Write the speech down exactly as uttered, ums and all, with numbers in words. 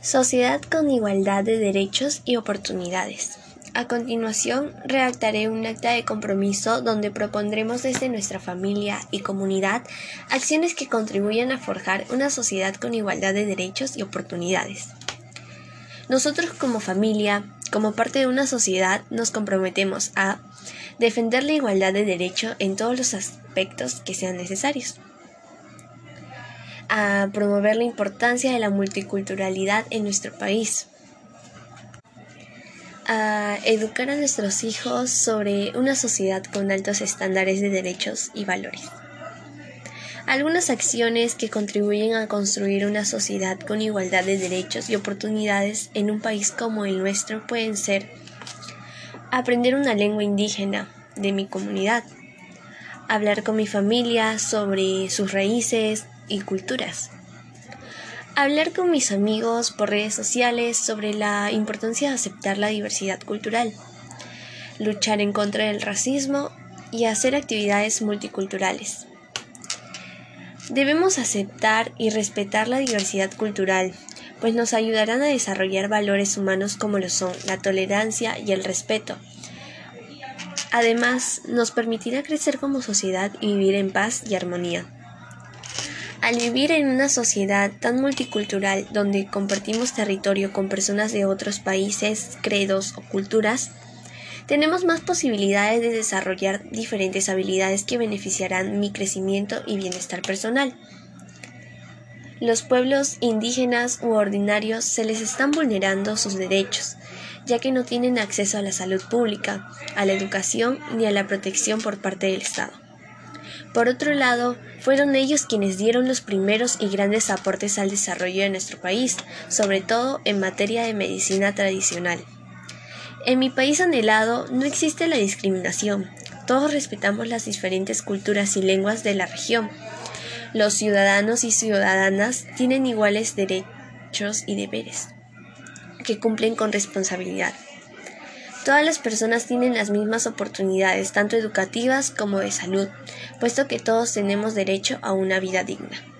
Sociedad con igualdad de derechos y oportunidades. A continuación, redactaré un acta de compromiso donde propondremos desde nuestra familia y comunidad acciones que contribuyan a forjar una sociedad con igualdad de derechos y oportunidades. Nosotros como familia, como parte de una sociedad, nos comprometemos a defender la igualdad de derecho en todos los aspectos que sean necesarios, a promover la importancia de la multiculturalidad en nuestro país, a educar a nuestros hijos sobre una sociedad con altos estándares de derechos y valores. Algunas acciones que contribuyen a construir una sociedad con igualdad de derechos y oportunidades en un país como el nuestro pueden ser: aprender una lengua indígena de mi comunidad, hablar con mi familia sobre sus raíces y culturas, hablar con mis amigos por redes sociales sobre la importancia de aceptar la diversidad cultural, luchar en contra del racismo y hacer actividades multiculturales. Debemos aceptar y respetar la diversidad cultural, pues nos ayudarán a desarrollar valores humanos como lo son la tolerancia y el respeto. Además, nos permitirá crecer como sociedad y vivir en paz y armonía. Al vivir en una sociedad tan multicultural donde compartimos territorio con personas de otros países, credos o culturas, tenemos más posibilidades de desarrollar diferentes habilidades que beneficiarán mi crecimiento y bienestar personal. Los pueblos indígenas u ordinarios se les están vulnerando sus derechos, ya que no tienen acceso a la salud pública, a la educación ni a la protección por parte del Estado. Por otro lado, fueron ellos quienes dieron los primeros y grandes aportes al desarrollo de nuestro país, sobre todo en materia de medicina tradicional. En mi país anhelado no existe la discriminación. Todos respetamos las diferentes culturas y lenguas de la región. Los ciudadanos y ciudadanas tienen iguales derechos y deberes, que cumplen con responsabilidad. Todas las personas tienen las mismas oportunidades, tanto educativas como de salud, puesto que todos tenemos derecho a una vida digna.